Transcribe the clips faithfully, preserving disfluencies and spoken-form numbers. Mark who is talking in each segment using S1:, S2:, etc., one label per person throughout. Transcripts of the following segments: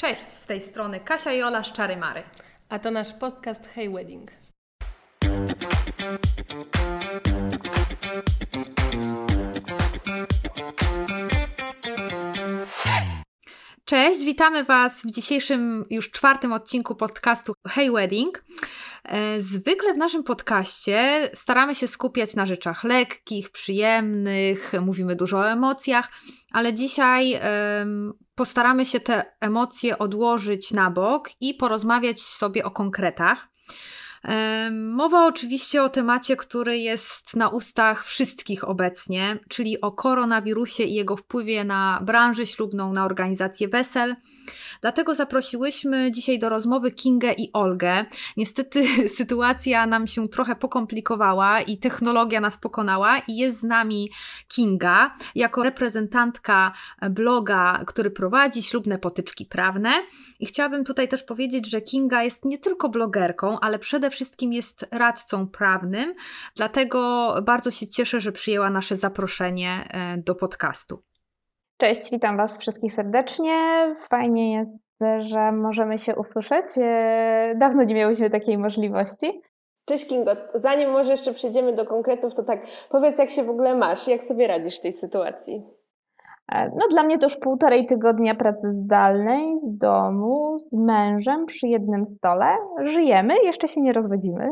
S1: Cześć, z tej strony Kasia i Ola z Czary Mary.
S2: A to nasz podcast Hey Wedding.
S1: Cześć, witamy Was w dzisiejszym już czwartym odcinku podcastu Hey Wedding. Zwykle w naszym podcaście staramy się skupiać na rzeczach lekkich, przyjemnych, mówimy dużo o emocjach, ale dzisiaj um, postaramy się te emocje odłożyć na bok i porozmawiać sobie o konkretach. Mowa oczywiście o temacie, który jest na ustach wszystkich obecnie, czyli o koronawirusie i jego wpływie na branżę ślubną, na organizację wesel. Dlatego zaprosiłyśmy dzisiaj do rozmowy Kingę i Olgę. Niestety sytuacja nam się trochę pokomplikowała i technologia nas pokonała i jest z nami Kinga jako reprezentantka bloga, który prowadzi Ślubne Potyczki Prawne. I chciałabym tutaj też powiedzieć, że Kinga jest nie tylko blogerką, ale przede wszystkim jest radcą prawnym, dlatego bardzo się cieszę, że przyjęła nasze zaproszenie do podcastu.
S3: Cześć, witam Was wszystkich serdecznie. Fajnie jest, że możemy się usłyszeć. Dawno nie miałyśmy takiej możliwości.
S4: Cześć Kingo, zanim może jeszcze przejdziemy do konkretów, to tak powiedz, jak się w ogóle masz, jak sobie radzisz w tej sytuacji?
S3: No dla mnie to już półtorej tygodnia pracy zdalnej, z domu, z mężem przy jednym stole. Żyjemy, jeszcze się nie rozwodzimy.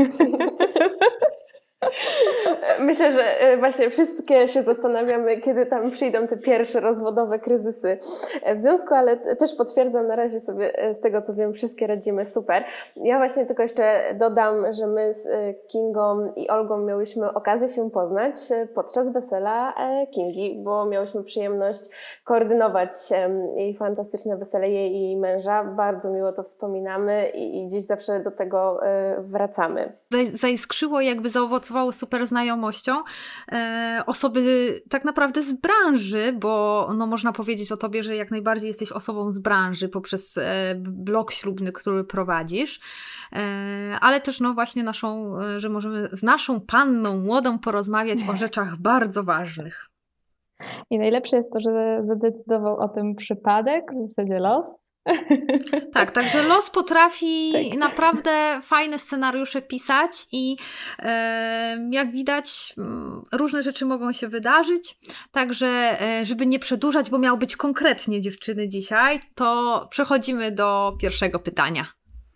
S4: Myślę, że właśnie wszystkie się zastanawiamy, kiedy tam przyjdą te pierwsze rozwodowe kryzysy w związku, ale też potwierdzam, na razie sobie z tego co wiem, wszystkie radzimy super. Ja właśnie tylko jeszcze dodam, że my z Kingą i Olgą miałyśmy okazję się poznać podczas wesela Kingi, bo miałyśmy przyjemność koordynować jej fantastyczne wesele, jej i męża. Bardzo miło to wspominamy i gdzieś zawsze do tego wracamy.
S1: Zaiskrzyło, jakby zaowocowało super znajomością e, osoby tak naprawdę z branży, bo no, można powiedzieć o Tobie, że jak najbardziej jesteś osobą z branży poprzez e, blog ślubny, który prowadzisz, e, ale też no właśnie naszą, e, że możemy z naszą panną młodą porozmawiać o rzeczach bardzo ważnych.
S3: I najlepsze jest to, że zadecydował o tym przypadek, w zasadzie los.
S1: Tak, także los potrafi
S3: tak.
S1: naprawdę fajne scenariusze pisać i e, jak widać różne rzeczy mogą się wydarzyć, także e, żeby nie przedłużać, bo miał być konkretnie dziewczyny dzisiaj, to przechodzimy do pierwszego pytania.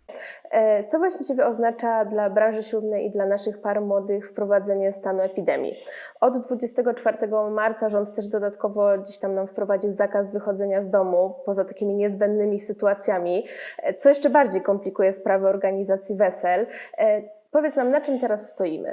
S4: Co właściwie oznacza dla branży ślubnej i dla naszych par młodych wprowadzenie stanu epidemii? Od dwudziestego czwartego marca rząd też dodatkowo gdzieś tam nam wprowadził zakaz wychodzenia z domu poza takimi niezbędnymi sytuacjami, co jeszcze bardziej komplikuje sprawę organizacji wesel. Powiedz nam, na czym teraz stoimy?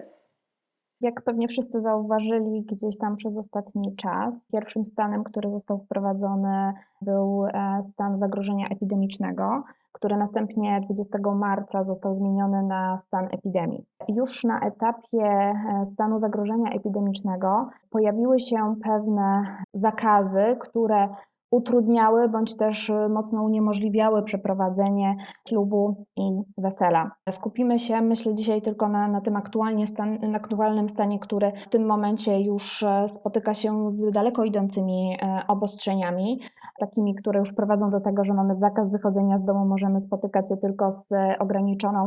S3: Jak pewnie wszyscy zauważyli gdzieś tam przez ostatni czas, pierwszym stanem, który został wprowadzony, był stan zagrożenia epidemicznego, który następnie dwudziestego marca został zmieniony na stan epidemii. Już na etapie stanu zagrożenia epidemicznego pojawiły się pewne zakazy, które utrudniały bądź też mocno uniemożliwiały przeprowadzenie ślubu i wesela. Skupimy się, myślę, dzisiaj tylko na, na tym aktualnie stan, na aktualnym stanie, który w tym momencie już spotyka się z daleko idącymi obostrzeniami, takimi, które już prowadzą do tego, że mamy zakaz wychodzenia z domu, możemy spotykać się tylko z ograniczoną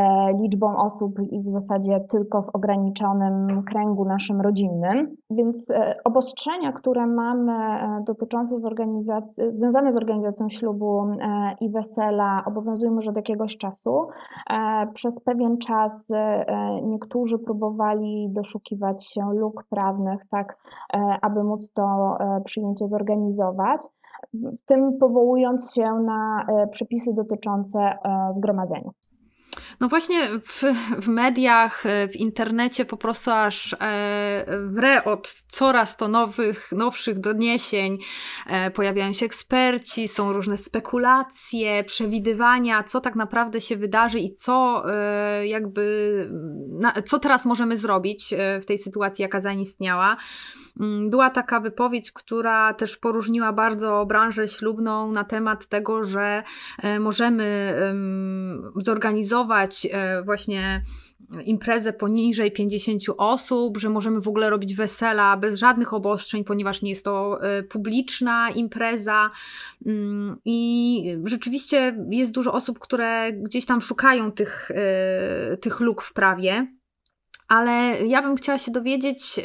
S3: liczbą osób i w zasadzie tylko w ograniczonym kręgu naszym rodzinnym. Więc obostrzenia, które mamy dotyczące zorganizacji, związane z organizacją ślubu i wesela obowiązują już od jakiegoś czasu. Przez pewien czas niektórzy próbowali doszukiwać się luk prawnych, tak aby móc to przyjęcie zorganizować, w tym powołując się na przepisy dotyczące zgromadzenia.
S1: No właśnie w, w mediach, w internecie po prostu aż e, wre od coraz to nowych, nowszych doniesień. E, pojawiają się eksperci, są różne spekulacje, przewidywania, co tak naprawdę się wydarzy i co e, jakby, na, co teraz możemy zrobić w tej sytuacji, jaka zaistniała. Była taka wypowiedź, która też poróżniła bardzo branżę ślubną na temat tego, że możemy zorganizować właśnie imprezę poniżej pięćdziesięciu osób, że możemy w ogóle robić wesela bez żadnych obostrzeń, ponieważ nie jest to publiczna impreza i rzeczywiście jest dużo osób, które gdzieś tam szukają tych, tych luk w prawie, ale ja bym chciała się dowiedzieć,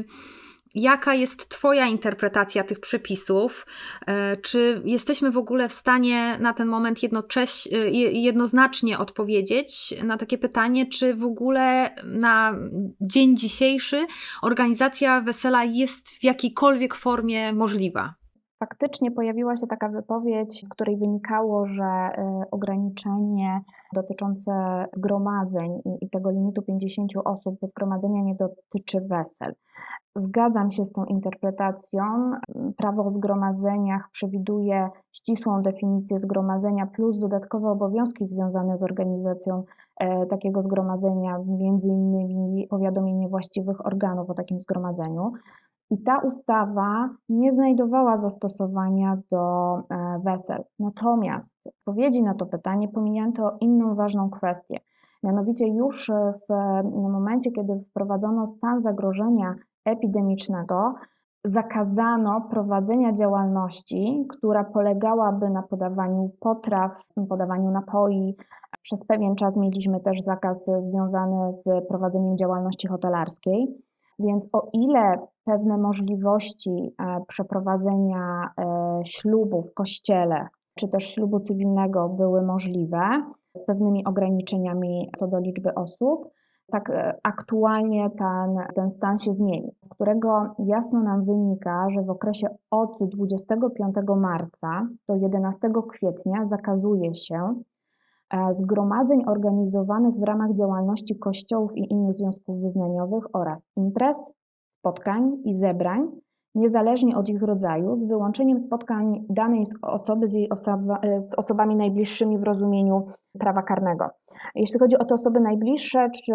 S1: jaka jest Twoja interpretacja tych przepisów? Czy jesteśmy w ogóle w stanie na ten moment jednocześnie, jednoznacznie odpowiedzieć na takie pytanie, czy w ogóle na dzień dzisiejszy organizacja wesela jest w jakiejkolwiek formie możliwa?
S3: Faktycznie pojawiła się taka wypowiedź, z której wynikało, że ograniczenie dotyczące zgromadzeń i tego limitu pięćdziesięciu osób do zgromadzenia nie dotyczy wesel. Zgadzam się z tą interpretacją. Prawo o zgromadzeniach przewiduje ścisłą definicję zgromadzenia plus dodatkowe obowiązki związane z organizacją takiego zgromadzenia, między innymi powiadomienie właściwych organów o takim zgromadzeniu. I ta ustawa nie znajdowała zastosowania do wesel. Natomiast w odpowiedzi na to pytanie pominięto inną ważną kwestię. Mianowicie już w momencie, kiedy wprowadzono stan zagrożenia epidemicznego, zakazano prowadzenia działalności, która polegałaby na podawaniu potraw, podawaniu napoi. Przez pewien czas mieliśmy też zakaz związany z prowadzeniem działalności hotelarskiej. Więc o ile pewne możliwości przeprowadzenia ślubu w kościele, czy też ślubu cywilnego były możliwe, z pewnymi ograniczeniami co do liczby osób, tak aktualnie ten, ten stan się zmienił, z którego jasno nam wynika, że w okresie od dwudziestego piątego marca do jedenastego kwietnia zakazuje się zgromadzeń organizowanych w ramach działalności kościołów i innych związków wyznaniowych oraz imprez, spotkań i zebrań, niezależnie od ich rodzaju, z wyłączeniem spotkań danej osoby z, jej osoba, z osobami najbliższymi w rozumieniu prawa karnego. Jeśli chodzi o te osoby najbliższe, czy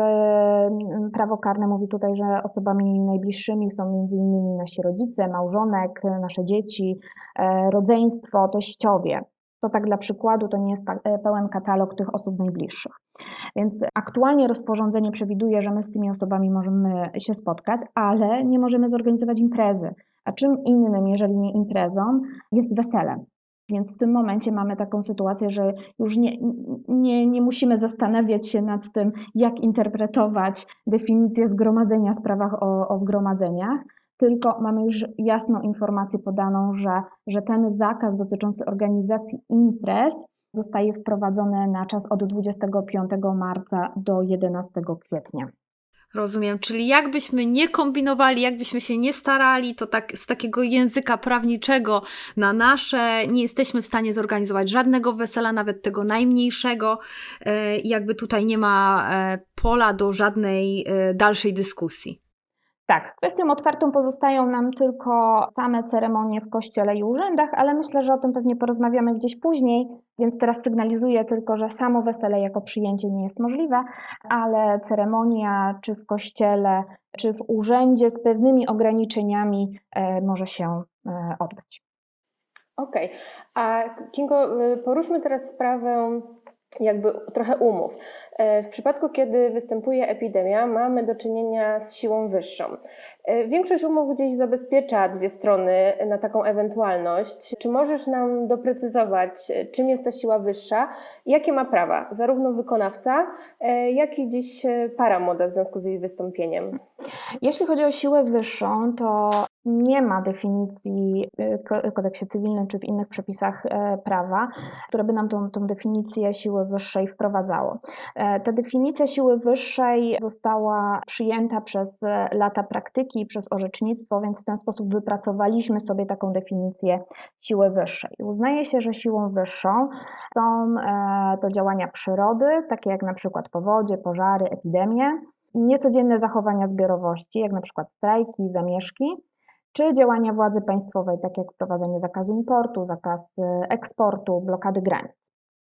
S3: prawo karne mówi tutaj, że osobami najbliższymi są między innymi nasi rodzice, małżonek, nasze dzieci, rodzeństwo, teściowie. To tak dla przykładu, to nie jest pełen katalog tych osób najbliższych. Więc aktualnie rozporządzenie przewiduje, że my z tymi osobami możemy się spotkać, ale nie możemy zorganizować imprezy. A czym innym, jeżeli nie imprezą, jest wesele. Więc w tym momencie mamy taką sytuację, że już nie, nie, nie musimy zastanawiać się nad tym, jak interpretować definicję zgromadzenia w sprawach o, o zgromadzeniach, tylko mamy już jasną informację podaną, że, że ten zakaz dotyczący organizacji imprez zostaje wprowadzony na czas od dwudziestego piątego marca do jedenastego kwietnia.
S1: Rozumiem, czyli jakbyśmy nie kombinowali, jakbyśmy się nie starali, to tak z takiego języka prawniczego na nasze nie jesteśmy w stanie zorganizować żadnego wesela, nawet tego najmniejszego. Jakby tutaj nie ma pola do żadnej dalszej dyskusji.
S3: Tak, kwestią otwartą pozostają nam tylko same ceremonie w kościele i urzędach, ale myślę, że o tym pewnie porozmawiamy gdzieś później, więc teraz sygnalizuję tylko, że samo wesele jako przyjęcie nie jest możliwe, ale ceremonia czy w kościele, czy w urzędzie z pewnymi ograniczeniami e, może się e, odbyć.
S4: Okej, okay. A Kingo, poruszmy teraz sprawę jakby trochę umów. W przypadku, kiedy występuje epidemia, mamy do czynienia z siłą wyższą. Większość umów gdzieś zabezpiecza dwie strony na taką ewentualność. Czy możesz nam doprecyzować, czym jest ta siła wyższa i jakie ma prawa zarówno wykonawca, jak i gdzieś paramoda w związku z jej wystąpieniem?
S3: Jeśli chodzi o siłę wyższą, to nie ma definicji w kodeksie cywilnym czy w innych przepisach prawa, które by nam tą, tą definicję siły wyższej wprowadzało. Ta definicja siły wyższej została przyjęta przez lata praktyki i przez orzecznictwo, więc w ten sposób wypracowaliśmy sobie taką definicję siły wyższej. Uznaje się, że siłą wyższą są to działania przyrody, takie jak na przykład powodzie, pożary, epidemie, niecodzienne zachowania zbiorowości, jak na przykład strajki, zamieszki, czy działania władzy państwowej, takie jak wprowadzenie zakazu importu, zakaz eksportu, blokady granic.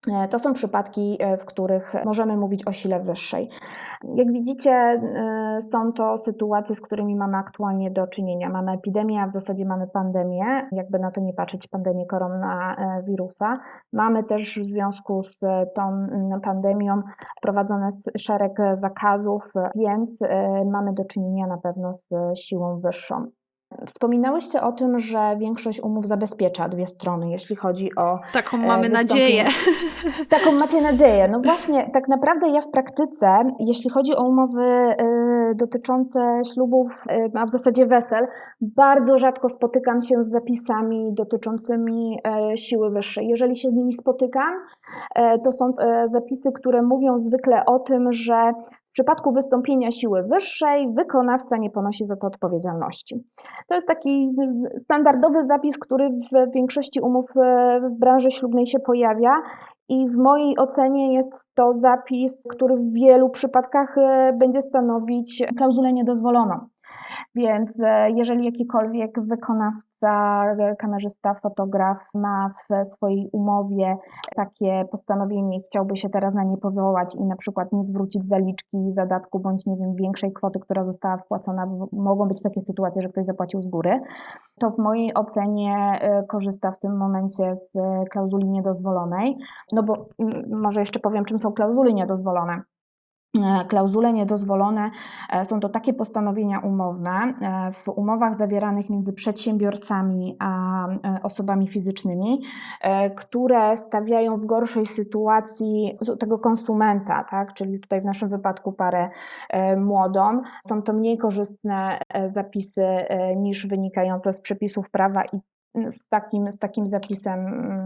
S3: To są przypadki, w których możemy mówić o sile wyższej. Jak widzicie, są to sytuacje, z którymi mamy aktualnie do czynienia. Mamy epidemię, a w zasadzie mamy pandemię, jakby na to nie patrzeć, pandemię koronawirusa. Mamy też w związku z tą pandemią wprowadzone szereg zakazów, więc mamy do czynienia na pewno z siłą wyższą. Wspominałyście o tym, że większość umów zabezpiecza dwie strony, jeśli chodzi o
S1: Taką mamy nadzieję.
S3: Taką macie nadzieję. No właśnie, tak naprawdę ja w praktyce, jeśli chodzi o umowy y, dotyczące ślubów, y, a w zasadzie wesel, bardzo rzadko spotykam się z zapisami dotyczącymi y, siły wyższej. Jeżeli się z nimi spotykam, y, to są y, zapisy, które mówią zwykle o tym, że w przypadku wystąpienia siły wyższej wykonawca nie ponosi za to odpowiedzialności. To jest taki standardowy zapis, który w większości umów w branży ślubnej się pojawia i w mojej ocenie jest to zapis, który w wielu przypadkach będzie stanowić klauzulę niedozwoloną. Więc jeżeli jakikolwiek wykonawca, kamerzysta, fotograf ma w swojej umowie takie postanowienie i chciałby się teraz na nie powołać i na przykład nie zwrócić zaliczki, zadatku bądź nie wiem, większej kwoty, która została wpłacona, mogą być takie sytuacje, że ktoś zapłacił z góry, to w mojej ocenie korzysta w tym momencie z klauzuli niedozwolonej. No bo może jeszcze powiem, czym są klauzule niedozwolone. Klauzule niedozwolone są to takie postanowienia umowne w umowach zawieranych między przedsiębiorcami a osobami fizycznymi, które stawiają w gorszej sytuacji tego konsumenta, tak? Czyli tutaj w naszym wypadku parę młodą. Są to mniej korzystne zapisy niż wynikające z przepisów prawa i z takim, z takim zapisem,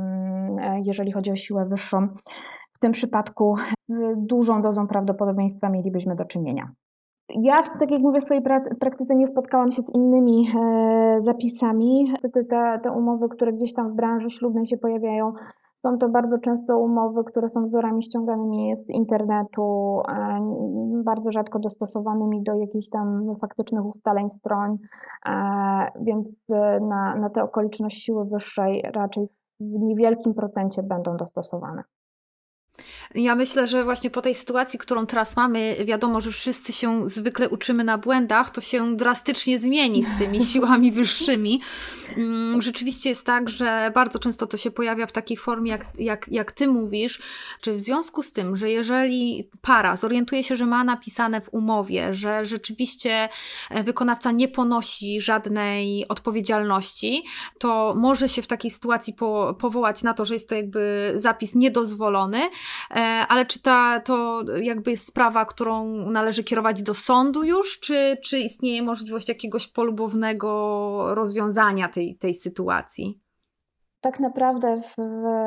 S3: jeżeli chodzi o siłę wyższą, w tym przypadku z dużą dozą prawdopodobieństwa mielibyśmy do czynienia. Ja, tak jak mówię, w swojej praktyce nie spotkałam się z innymi zapisami. Te, te, te umowy, które gdzieś tam w branży ślubnej się pojawiają, są to bardzo często umowy, które są wzorami ściąganymi z internetu, bardzo rzadko dostosowanymi do jakichś tam faktycznych ustaleń stron, więc na, na te okoliczności siły wyższej raczej w niewielkim procencie będą dostosowane.
S1: Ja myślę, że właśnie po tej sytuacji, którą teraz mamy, wiadomo, że wszyscy się zwykle uczymy na błędach, to się drastycznie zmieni z tymi siłami wyższymi. Rzeczywiście jest tak, że bardzo często to się pojawia w takiej formie, jak, jak, jak Ty mówisz, czy w związku z tym, że jeżeli para zorientuje się, że ma napisane w umowie, że rzeczywiście wykonawca nie ponosi żadnej odpowiedzialności, to może się w takiej sytuacji po, powołać na to, że jest to jakby zapis niedozwolony. Ale czy ta, to jakby jest sprawa, którą należy kierować do sądu już, czy, czy istnieje możliwość jakiegoś polubownego rozwiązania tej, tej sytuacji?
S3: Tak naprawdę w,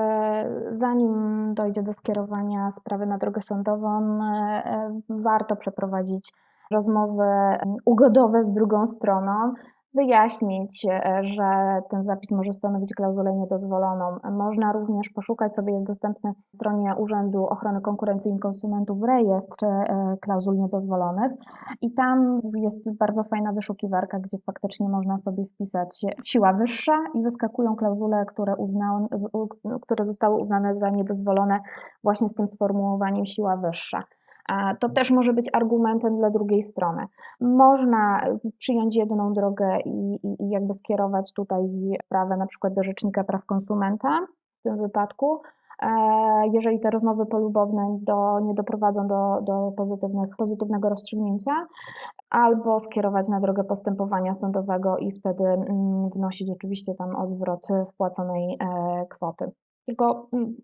S3: zanim dojdzie do skierowania sprawy na drogę sądową, warto przeprowadzić rozmowy ugodowe z drugą stroną, wyjaśnić, że ten zapis może stanowić klauzulę niedozwoloną. Można również poszukać sobie, jest dostępny na stronie Urzędu Ochrony Konkurencji i Konsumentów rejestr klauzul niedozwolonych i tam jest bardzo fajna wyszukiwarka, gdzie faktycznie można sobie wpisać siła wyższa i wyskakują klauzule, które, uznał, które zostały uznane za niedozwolone właśnie z tym sformułowaniem siła wyższa. To też może być argumentem dla drugiej strony. Można przyjąć jedną drogę i, i, i jakby skierować tutaj sprawę na przykład do Rzecznika Praw Konsumenta w tym wypadku, jeżeli te rozmowy polubowne do, nie doprowadzą do, do pozytywnych, pozytywnego rozstrzygnięcia, albo skierować na drogę postępowania sądowego i wtedy wnosić oczywiście tam o zwrot wpłaconej kwoty. Tylko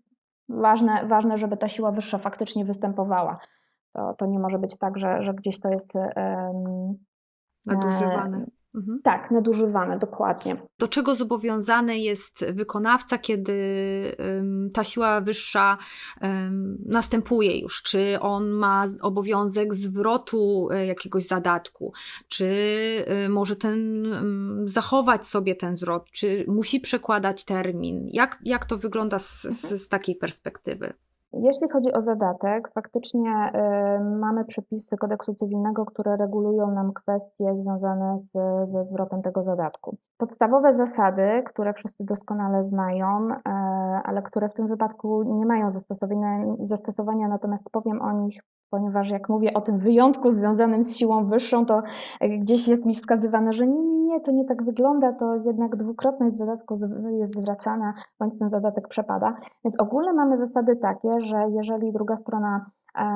S3: ważne, ważne, żeby ta siła wyższa faktycznie występowała. To, to nie może być tak, że, że gdzieś to jest um,
S1: nadużywane.
S3: Mhm. Tak, nadużywane, dokładnie.
S1: Do czego zobowiązany jest wykonawca, kiedy um, ta siła wyższa um, następuje już? Czy on ma obowiązek zwrotu jakiegoś zadatku? Czy um, może ten um, zachować sobie ten zwrot? Czy musi przekładać termin? Jak, jak to wygląda z, z, z takiej perspektywy?
S3: Jeśli chodzi o zadatek, faktycznie y, mamy przepisy kodeksu cywilnego, które regulują nam kwestie związane z, ze zwrotem tego zadatku. Podstawowe zasady, które wszyscy doskonale znają, y, ale które w tym wypadku nie mają zastosowania, zastosowania, natomiast powiem o nich, ponieważ jak mówię o tym wyjątku związanym z siłą wyższą, to gdzieś jest mi wskazywane, że nie, nie, nie, to nie tak wygląda, to jednak dwukrotność zadatku jest zwracana, bądź ten zadatek przepada. Więc ogólnie mamy zasady takie, że jeżeli druga strona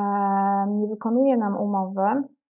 S3: nie wykonuje nam umowy,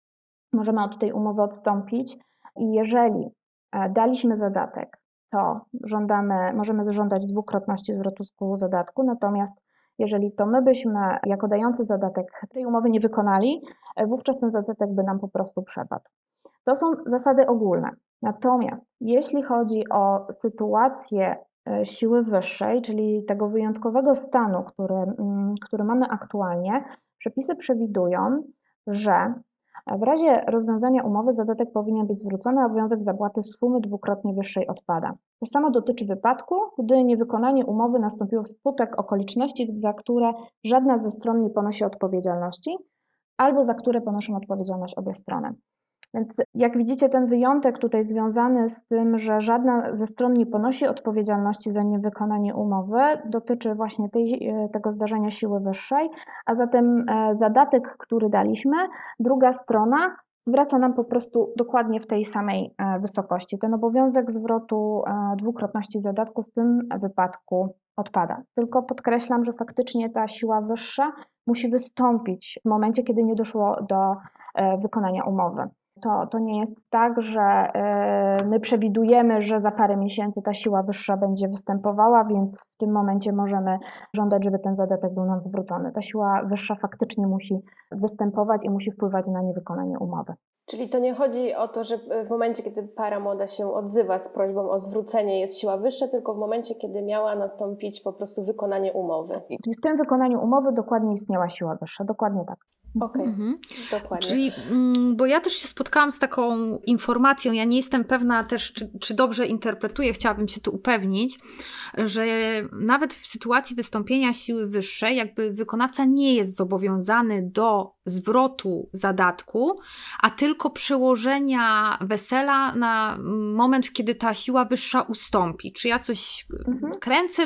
S3: możemy od tej umowy odstąpić i jeżeli daliśmy zadatek, to żądamy, możemy zażądać dwukrotności zwrotu z zadatku, natomiast jeżeli to my byśmy jako dający zadatek tej umowy nie wykonali, wówczas ten zadatek by nam po prostu przepadł. To są zasady ogólne. Natomiast jeśli chodzi o sytuację siły wyższej, czyli tego wyjątkowego stanu, który, który mamy aktualnie, przepisy przewidują, że w razie rozwiązania umowy zadatek powinien być zwrócony, a obowiązek zapłaty sumy dwukrotnie wyższej odpada. To samo dotyczy wypadku, gdy niewykonanie umowy nastąpiło wskutek okoliczności, za które żadna ze stron nie ponosi odpowiedzialności, albo za które ponoszą odpowiedzialność obie strony. Więc jak widzicie, ten wyjątek tutaj związany z tym, że żadna ze stron nie ponosi odpowiedzialności za niewykonanie umowy, dotyczy właśnie tej, tego zdarzenia siły wyższej, a zatem zadatek, który daliśmy, druga strona zwraca nam po prostu dokładnie w tej samej wysokości. Ten obowiązek zwrotu dwukrotności zadatku w tym wypadku odpada. Tylko podkreślam, że faktycznie ta siła wyższa musi wystąpić w momencie, kiedy nie doszło do wykonania umowy. To, to nie jest tak, że my przewidujemy, że za parę miesięcy ta siła wyższa będzie występowała, więc w tym momencie możemy żądać, żeby ten zadatek był nam zwrócony. Ta siła wyższa faktycznie musi występować i musi wpływać na niewykonanie umowy.
S4: Czyli to nie chodzi o to, że w momencie, kiedy para młoda się odzywa z prośbą o zwrócenie, jest siła wyższa, tylko w momencie, kiedy miała nastąpić po prostu wykonanie umowy.
S3: I w tym wykonaniu umowy dokładnie istniała siła wyższa, dokładnie tak.
S4: Okej, okay. mhm. Dokładnie.
S1: Czyli, bo ja też się spotkałam z taką informacją, ja nie jestem pewna też, czy, czy dobrze interpretuję, chciałabym się tu upewnić, że nawet w sytuacji wystąpienia siły wyższej, jakby wykonawca nie jest zobowiązany do zwrotu zadatku, a tylko przełożenia wesela na moment, kiedy ta siła wyższa ustąpi. Czy ja coś mhm. kręcę?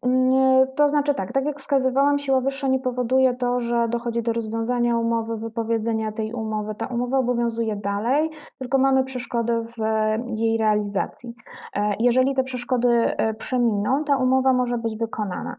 S3: To znaczy tak, tak jak wskazywałam, siła wyższa nie powoduje to, że dochodzi do rozwiązania umowy, wypowiedzenia tej umowy. Ta umowa obowiązuje dalej, tylko mamy przeszkody w jej realizacji. Jeżeli te przeszkody przeminą, ta umowa może być wykonana.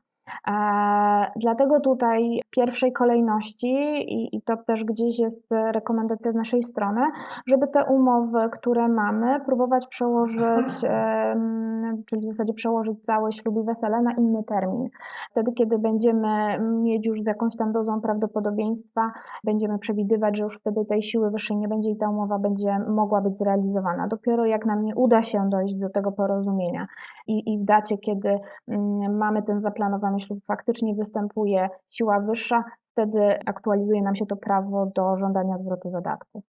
S3: Dlatego tutaj w pierwszej kolejności, i, i to też gdzieś jest rekomendacja z naszej strony, żeby te umowy, które mamy, próbować przełożyć, czyli w zasadzie przełożyć całe ślub i wesele na inny termin. Wtedy, kiedy będziemy mieć już z jakąś tam dozą prawdopodobieństwa, będziemy przewidywać, że już wtedy tej siły wyższej nie będzie i ta umowa będzie mogła być zrealizowana. Dopiero jak nam nie uda się dojść do tego porozumienia i, i w dacie, kiedy mamy ten zaplanowany ślub, faktycznie występuje siła wyższa, wtedy aktualizuje nam się to prawo do żądania zwrotu zadatku.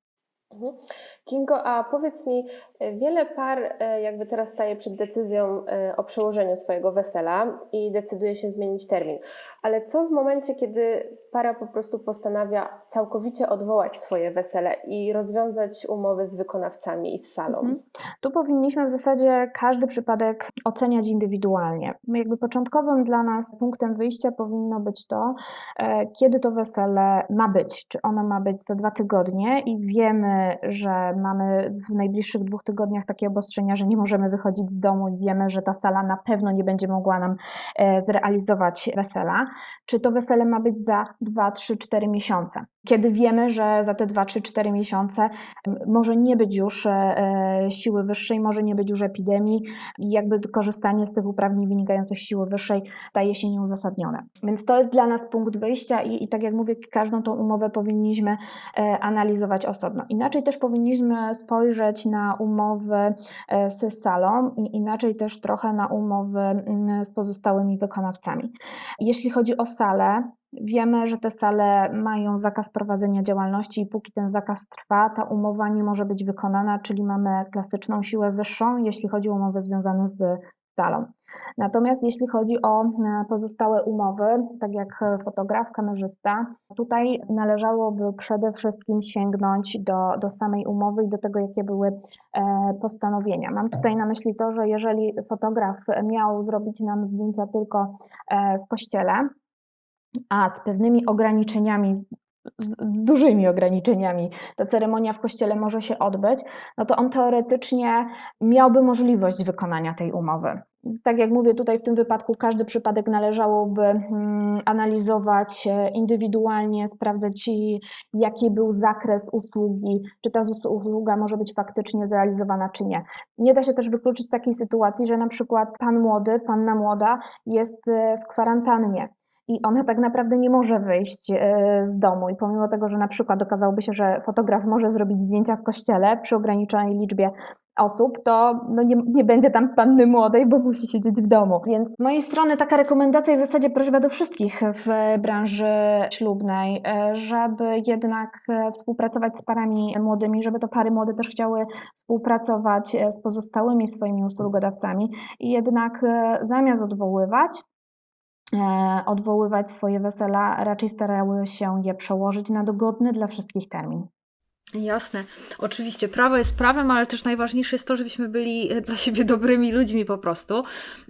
S4: Kingo, a powiedz mi, wiele par jakby teraz staje przed decyzją o przełożeniu swojego wesela i decyduje się zmienić termin. Ale co w momencie, kiedy para po prostu postanawia całkowicie odwołać swoje wesele i rozwiązać umowy z wykonawcami i z salą? Mhm.
S3: Tu powinniśmy w zasadzie każdy przypadek oceniać indywidualnie. Jakby początkowym dla nas punktem wyjścia powinno być to, kiedy to wesele ma być. Czy ono ma być za dwa tygodnie i wiemy, że mamy w najbliższych dwóch tygodniach takie obostrzenia, że nie możemy wychodzić z domu i wiemy, że ta sala na pewno nie będzie mogła nam zrealizować wesela. Czy to wesele ma być za dwa, trzy, cztery miesiące, kiedy wiemy, że za te dwa, trzy, cztery miesiące może nie być już siły wyższej, może nie być już epidemii i jakby korzystanie z tych uprawnień wynikających z siły wyższej staje się nieuzasadnione. Więc to jest dla nas punkt wyjścia i, i tak jak mówię, każdą tą umowę powinniśmy analizować osobno. Inaczej też powinniśmy spojrzeć na umowy z salą i inaczej też trochę na umowy z pozostałymi wykonawcami. Jeśli chodzi o salę, wiemy, że te sale mają zakaz prowadzenia działalności i póki ten zakaz trwa, ta umowa nie może być wykonana, czyli mamy klasyczną siłę wyższą, jeśli chodzi o umowy związane z salon. Natomiast jeśli chodzi o pozostałe umowy, tak jak fotograf, kamerzysta, tutaj należałoby przede wszystkim sięgnąć do, do samej umowy i do tego, jakie były postanowienia. Mam tutaj na myśli to, że jeżeli fotograf miał zrobić nam zdjęcia tylko w kościele, a z pewnymi ograniczeniami, z dużymi ograniczeniami ta ceremonia w kościele może się odbyć, no to on teoretycznie miałby możliwość wykonania tej umowy. Tak jak mówię, tutaj w tym wypadku każdy przypadek należałoby analizować indywidualnie, sprawdzać jaki był zakres usługi, czy ta usługa może być faktycznie zrealizowana, czy nie. Nie da się też wykluczyć takiej sytuacji, że na przykład pan młody, panna młoda jest w kwarantannie i ona tak naprawdę nie może wyjść z domu i pomimo tego, że na przykład okazałoby się, że fotograf może zrobić zdjęcia w kościele przy ograniczonej liczbie osób, to no nie, nie będzie tam panny młodej, bo musi siedzieć w domu. Więc z mojej strony taka rekomendacja i w zasadzie prośba do wszystkich w branży ślubnej, żeby jednak współpracować z parami młodymi, żeby to pary młode też chciały współpracować z pozostałymi swoimi usługodawcami i jednak zamiast odwoływać, odwoływać swoje wesela, raczej starały się je przełożyć na dogodny dla wszystkich termin.
S1: Jasne. Oczywiście prawo jest prawem, ale też najważniejsze jest to, żebyśmy byli dla siebie dobrymi ludźmi po prostu.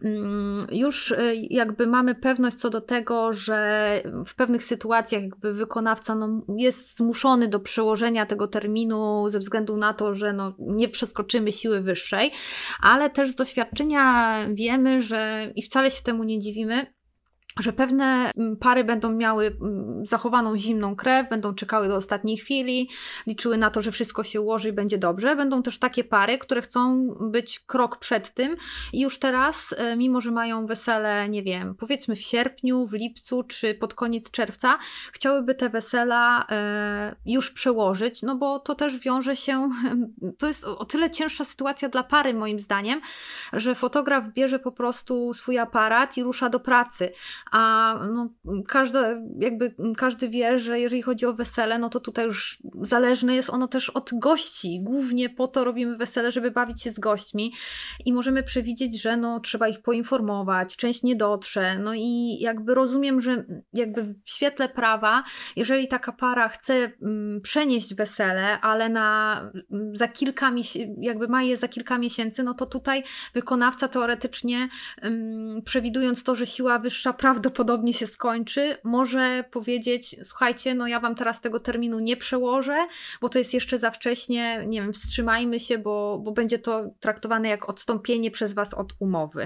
S1: Już jakby mamy pewność co do tego, że w pewnych sytuacjach jakby wykonawca no, jest zmuszony do przełożenia tego terminu ze względu na to, że no, nie przeskoczymy siły wyższej, ale też z doświadczenia wiemy, że i wcale się temu nie dziwimy, że pewne pary będą miały zachowaną zimną krew, będą czekały do ostatniej chwili, liczyły na to, że wszystko się ułoży i będzie dobrze. Będą też takie pary, które chcą być krok przed tym i już teraz, mimo że mają wesele, nie wiem, powiedzmy w sierpniu, w lipcu czy pod koniec czerwca, chciałyby te wesela już przełożyć, no bo to też wiąże się, to jest o tyle cięższa sytuacja dla pary moim zdaniem, że fotograf bierze po prostu swój aparat i rusza do pracy. A no, każda, jakby każdy wie, że jeżeli chodzi o wesele, no to tutaj już zależne jest ono też od gości. Głównie po to robimy wesele, żeby bawić się z gośćmi i możemy przewidzieć, że no, trzeba ich poinformować, część nie dotrze. No i jakby rozumiem, że jakby w świetle prawa, jeżeli taka para chce mm, przenieść wesele, ale na, za kilka jakby ma je za kilka miesięcy, no to tutaj wykonawca teoretycznie mm, przewidując to, że siła wyższa prawdopodobnie się skończy, może powiedzieć, słuchajcie, no ja wam teraz tego terminu nie przełożę, bo to jest jeszcze za wcześnie, nie wiem, wstrzymajmy się, bo, bo będzie to traktowane jak odstąpienie przez was od umowy.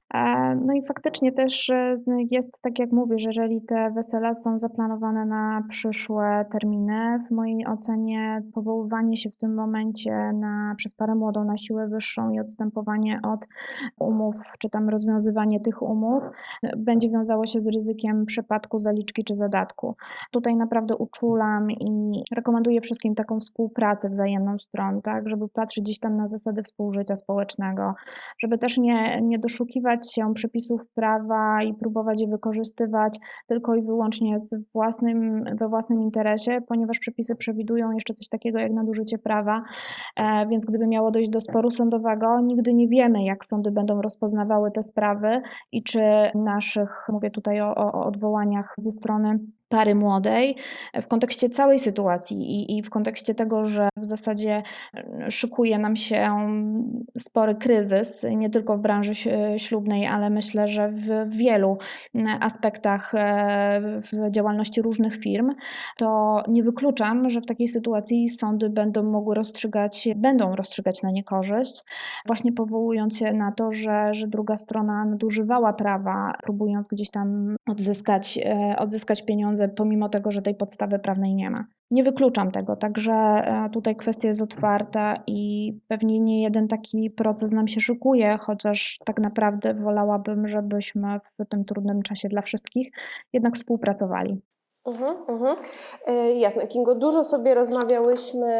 S3: No i faktycznie też jest tak jak mówisz, że jeżeli te wesela są zaplanowane na przyszłe terminy, w mojej ocenie powoływanie się w tym momencie na, przez parę młodą na siłę wyższą i odstępowanie od umów, czy tam rozwiązywanie tych umów będzie wiązało się z ryzykiem przypadku zaliczki czy zadatku. Tutaj naprawdę uczulam i rekomenduję wszystkim taką współpracę wzajemną stron, tak, żeby patrzeć gdzieś tam na zasady współżycia społecznego, żeby też nie, nie doszukiwać się przepisów prawa i próbować je wykorzystywać tylko i wyłącznie z własnym, we własnym interesie, ponieważ przepisy przewidują jeszcze coś takiego jak nadużycie prawa, więc gdyby miało dojść do sporu sądowego, nigdy nie wiemy, jak sądy będą rozpoznawały te sprawy i czy naszych, mówię tutaj o, o odwołaniach ze strony pary młodej, w kontekście całej sytuacji i, i w kontekście tego, że w zasadzie szykuje nam się spory kryzys, nie tylko w branży ślubnej, ale myślę, że w wielu aspektach w działalności różnych firm, to nie wykluczam, że w takiej sytuacji sądy będą mogły rozstrzygać, będą rozstrzygać na niekorzyść, właśnie powołując się na to, że, że druga strona nadużywała prawa, próbując gdzieś tam odzyskać, odzyskać pieniądze, pomimo tego, że tej podstawy prawnej nie ma. Nie wykluczam tego, także tutaj kwestia jest otwarta i pewnie nie jeden taki proces nam się szykuje, chociaż tak naprawdę wolałabym, żebyśmy w tym trudnym czasie dla wszystkich jednak współpracowali.
S4: Uh-huh, uh-huh. Jasne, Kingo, dużo sobie rozmawiałyśmy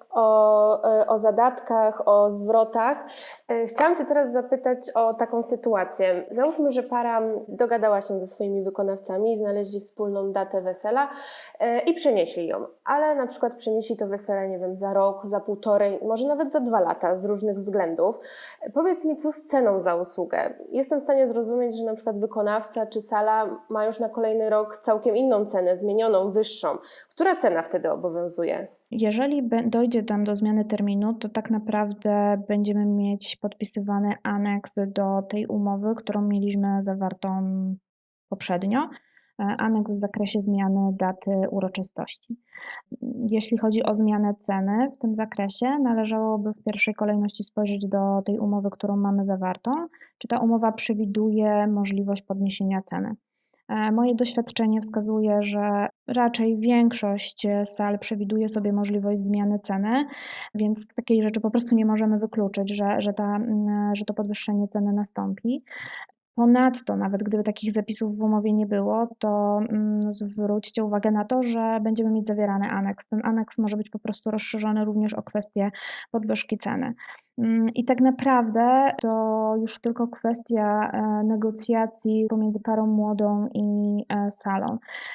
S4: o, o zadatkach, o zwrotach. Chciałam Cię teraz zapytać o taką sytuację. Załóżmy, że para dogadała się ze swoimi wykonawcami, znaleźli wspólną datę wesela i przenieśli ją, ale na przykład przenieśli to wesele, nie wiem, za rok, za półtorej, może nawet za dwa lata z różnych względów. Powiedz mi, co z ceną za usługę? Jestem w stanie zrozumieć, że na przykład wykonawca czy sala ma już na kolejny rok całkiem inną cenę, zmienioną, wyższą. Która cena wtedy obowiązuje?
S3: Jeżeli dojdzie tam do zmiany terminu, to tak naprawdę będziemy mieć podpisywany aneks do tej umowy, którą mieliśmy zawartą poprzednio. Aneks w zakresie zmiany daty uroczystości. Jeśli chodzi o zmianę ceny w tym zakresie, należałoby w pierwszej kolejności spojrzeć do tej umowy, którą mamy zawartą, czy ta umowa przewiduje możliwość podniesienia ceny. Moje doświadczenie wskazuje, że raczej większość sal przewiduje sobie możliwość zmiany ceny, więc takiej rzeczy po prostu nie możemy wykluczyć, że, że, ta, że to podwyższenie ceny nastąpi. Ponadto, nawet gdyby takich zapisów w umowie nie było, to zwróćcie uwagę na to, że będziemy mieć zawierany aneks. Ten aneks może być po prostu rozszerzony również o kwestię podwyżki ceny. I tak naprawdę to już tylko kwestia negocjacji pomiędzy parą młodą i salą.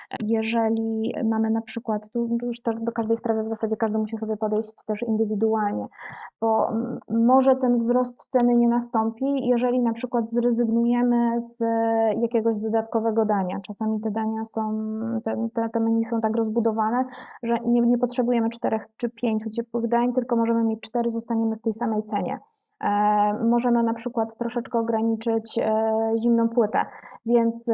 S3: Jeżeli mamy na przykład, tu już do każdej sprawy w zasadzie każdy musi sobie podejść też indywidualnie, bo może ten wzrost ceny nie nastąpi, jeżeli na przykład zrezygnujemy z jakiegoś dodatkowego dania. Czasami te dania są, te, te menu są tak rozbudowane, że nie, nie potrzebujemy czterech czy pięciu ciepłych dań, tylko możemy mieć cztery, zostaniemy w tej samej cenie. Możemy na przykład troszeczkę ograniczyć zimną płytę, więc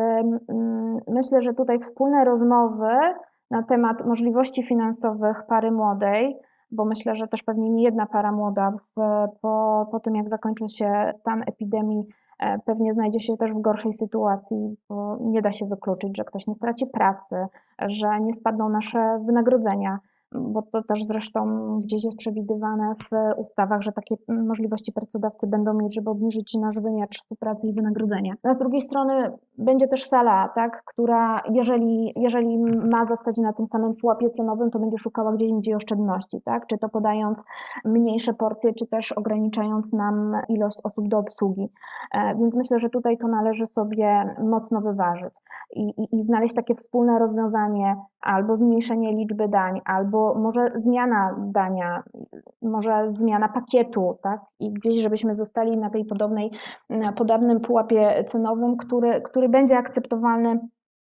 S3: myślę, że tutaj wspólne rozmowy na temat możliwości finansowych pary młodej, bo myślę, że też pewnie nie jedna para młoda w, po, po tym, jak zakończy się stan epidemii, pewnie znajdzie się też w gorszej sytuacji, bo nie da się wykluczyć, że ktoś nie straci pracy, że nie spadną nasze wynagrodzenia, bo to też zresztą gdzieś jest przewidywane w ustawach, że takie możliwości pracodawcy będą mieć, żeby obniżyć nasz wymiar czasu pracy i wynagrodzenia. A z drugiej strony będzie też sala, tak, która jeżeli, jeżeli ma zostać na tym samym pułapie cenowym, to będzie szukała gdzieś indziej oszczędności, tak, czy to podając mniejsze porcje, czy też ograniczając nam ilość osób do obsługi. Więc myślę, że tutaj to należy sobie mocno wyważyć i, i, i znaleźć takie wspólne rozwiązanie, albo zmniejszenie liczby dań, albo może zmiana dania, może zmiana pakietu, tak? I gdzieś, żebyśmy zostali na tej podobnej, na podobnym pułapie cenowym, który, który będzie akceptowalny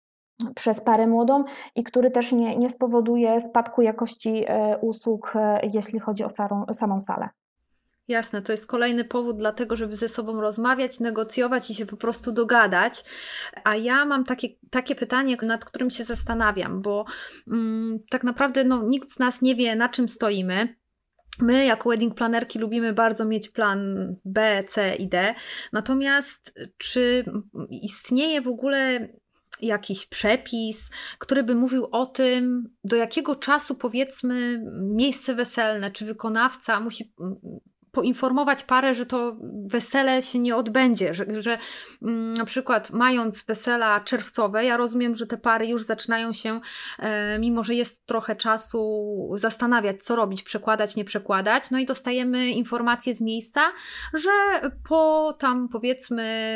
S3: przez parę młodą i który też nie, nie spowoduje spadku jakości usług, jeśli chodzi o sarą, samą salę.
S1: Jasne, to jest kolejny powód dla tego, żeby ze sobą rozmawiać, negocjować i się po prostu dogadać. A ja mam takie, takie pytanie, nad którym się zastanawiam, bo mm, tak naprawdę no, nikt z nas nie wie, na czym stoimy. My jako wedding planerki lubimy bardzo mieć plan B, C i D. Natomiast czy istnieje w ogóle jakiś przepis, który by mówił o tym, do jakiego czasu powiedzmy miejsce weselne czy wykonawca musi poinformować parę, że to wesele się nie odbędzie, że, że mm, na przykład mając wesela czerwcowe, ja rozumiem, że te pary już zaczynają się, e, mimo że jest trochę czasu, zastanawiać, co robić, przekładać, nie przekładać, no i dostajemy informację z miejsca, że po tam powiedzmy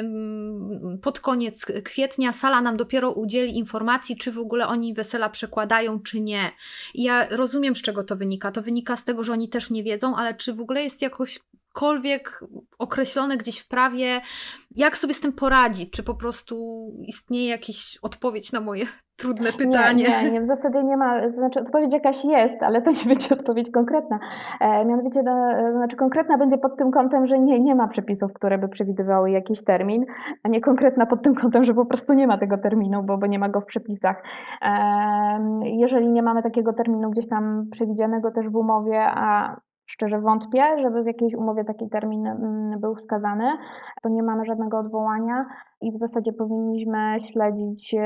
S1: pod koniec kwietnia sala nam dopiero udzieli informacji, czy w ogóle oni wesela przekładają, czy nie. I ja rozumiem, z czego to wynika. To wynika z tego, że oni też nie wiedzą, ale czy w ogóle jest jakoś jakośkolwiek określone gdzieś w prawie, jak sobie z tym poradzić? Czy po prostu istnieje jakaś odpowiedź na moje trudne pytanie?
S3: Nie, nie, nie, w zasadzie nie ma, znaczy odpowiedź jakaś jest, ale to nie będzie odpowiedź konkretna. E, mianowicie, no, znaczy konkretna będzie pod tym kątem, że nie, nie ma przepisów, które by przewidywały jakiś termin, a nie konkretna pod tym kątem, że po prostu nie ma tego terminu, bo, bo nie ma go w przepisach. E, jeżeli nie mamy takiego terminu gdzieś tam przewidzianego też w umowie, a szczerze wątpię, żeby w jakiejś umowie taki termin był wskazany, to nie mamy żadnego odwołania i w zasadzie powinniśmy śledzić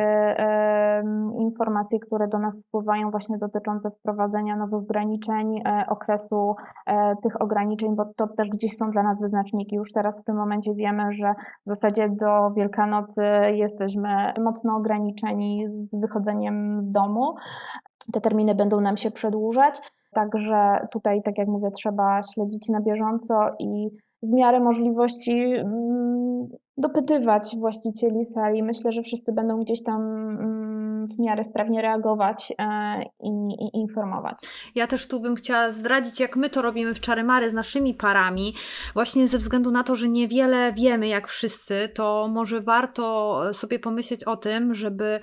S3: informacje, które do nas wpływają właśnie dotyczące wprowadzenia nowych ograniczeń, okresu tych ograniczeń, bo to też gdzieś są dla nas wyznaczniki. Już teraz w tym momencie wiemy, że w zasadzie do Wielkanocy jesteśmy mocno ograniczeni z wychodzeniem z domu. Te terminy będą nam się przedłużać. Także tutaj, tak jak mówię, trzeba śledzić na bieżąco i w miarę możliwości dopytywać właścicieli sali. Myślę, że wszyscy będą gdzieś tam w miarę sprawnie reagować i, i informować.
S1: Ja też tu bym chciała zdradzić, jak my to robimy w Czary Mary z naszymi parami. Właśnie ze względu na to, że niewiele wiemy jak wszyscy, to może warto sobie pomyśleć o tym, żeby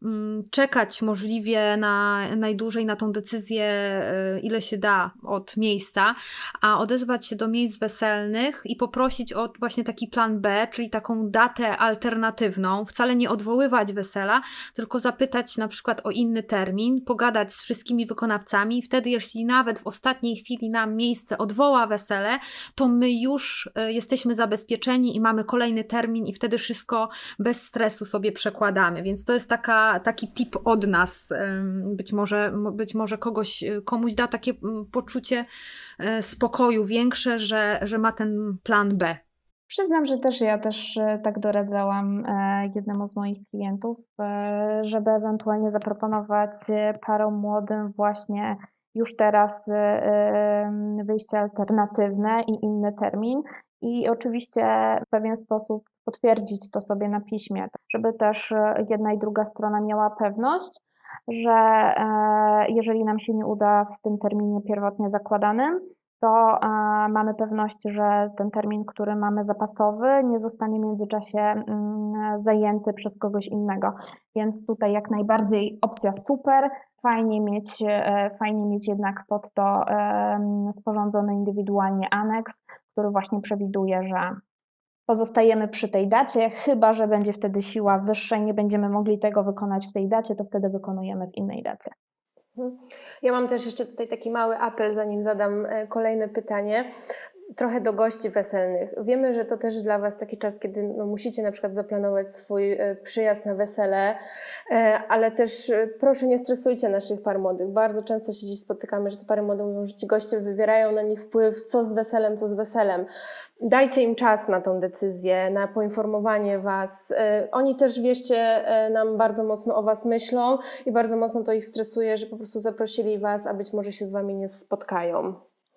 S1: czekać możliwie na, najdłużej na tą decyzję, ile się da od miejsca, a odezwać się do miejsc weselnych i poprosić o właśnie taki plan B, czyli taką datę alternatywną, wcale nie odwoływać wesela, tylko zapytać na przykład o inny termin, pogadać z wszystkimi wykonawcami. Wtedy, jeśli nawet w ostatniej chwili nam miejsce odwoła wesele, to my już jesteśmy zabezpieczeni i mamy kolejny termin i wtedy wszystko bez stresu sobie przekładamy, więc to jest taka taki tip od nas, być może, być może kogoś, komuś da takie poczucie spokoju większe, że, że ma ten plan B.
S3: Przyznam, że też ja też tak doradzałam jednemu z moich klientów, żeby ewentualnie zaproponować parom młodym właśnie już teraz wyjście alternatywne i inny termin. I oczywiście w pewien sposób potwierdzić to sobie na piśmie, żeby też jedna i druga strona miała pewność, że jeżeli nam się nie uda w tym terminie pierwotnie zakładanym, to mamy pewność, że ten termin, który mamy zapasowy, nie zostanie w międzyczasie zajęty przez kogoś innego. Więc tutaj jak najbardziej opcja super. Fajnie mieć, fajnie mieć jednak pod to sporządzony indywidualnie aneks, który właśnie przewiduje, że pozostajemy przy tej dacie, chyba że będzie wtedy siła wyższa i nie będziemy mogli tego wykonać w tej dacie, to wtedy wykonujemy w innej dacie.
S4: Ja mam też jeszcze tutaj taki mały apel, zanim zadam kolejne pytanie. Trochę do gości weselnych. Wiemy, że to też dla Was taki czas, kiedy no, musicie na przykład zaplanować swój przyjazd na wesele, ale też proszę nie stresujcie naszych par młodych. Bardzo często się dziś spotykamy, że te pary młode mówią, że ci goście wywierają na nich wpływ, co z weselem, co z weselem. Dajcie im czas na tą decyzję, na poinformowanie Was. Oni też, wierzcie nam, bardzo mocno o Was myślą i bardzo mocno to ich stresuje, że po prostu zaprosili Was, a być może się z Wami nie spotkają.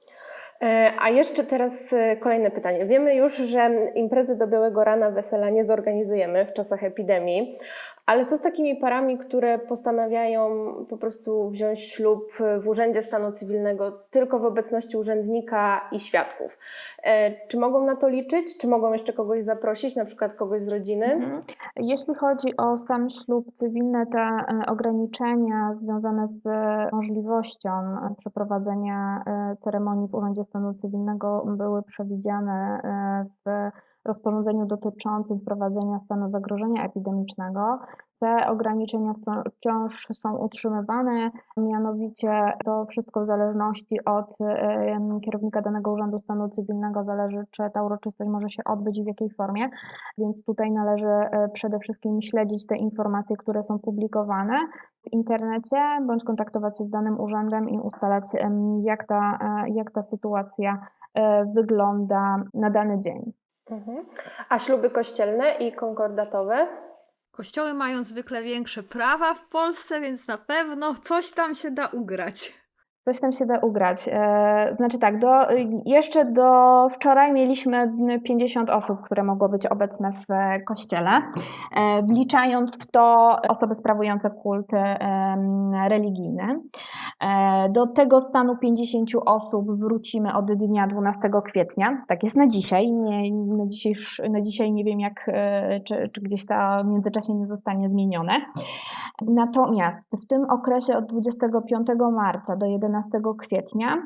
S4: A jeszcze teraz kolejne pytanie. Wiemy już, że imprezy do białego rana, wesela nie zorganizujemy w czasach epidemii, ale co z takimi parami, które postanawiają po prostu wziąć ślub w Urzędzie Stanu Cywilnego tylko w obecności urzędnika i świadków? Czy mogą na to liczyć? Czy mogą jeszcze kogoś zaprosić, na przykład kogoś z rodziny?
S3: Mhm. Jeśli chodzi o sam ślub cywilny, te ograniczenia związane z możliwością przeprowadzenia ceremonii w Urzędzie Stanu Cywilnego były przewidziane w rozporządzeniu dotyczącym wprowadzenia stanu zagrożenia epidemicznego. Te ograniczenia wciąż są utrzymywane, mianowicie to wszystko w zależności od kierownika danego Urzędu Stanu Cywilnego zależy, czy ta uroczystość może się odbyć i w jakiej formie, więc tutaj należy przede wszystkim śledzić te informacje, które są publikowane w internecie, bądź kontaktować się z danym urzędem i ustalać, jak ta, jak ta sytuacja wygląda na dany dzień.
S4: Mhm. A śluby kościelne i konkordatowe?
S1: Kościoły mają zwykle większe prawa w Polsce, więc na pewno coś tam się da ugrać.
S3: Coś tam się da ugrać. Znaczy tak, do, jeszcze do wczoraj mieliśmy pięćdziesiąt osób, które mogło być obecne w kościele, wliczając w to osoby sprawujące kult religijny. Do tego stanu pięćdziesięciu osób wrócimy od dnia dwunastego kwietnia. Tak jest na dzisiaj. Nie, na, dzisiaj na dzisiaj nie wiem, jak, czy, czy gdzieś to w międzyczasie nie zostanie zmienione. Natomiast w tym okresie od dwudziestego piątego marca do jedenastego kwietnia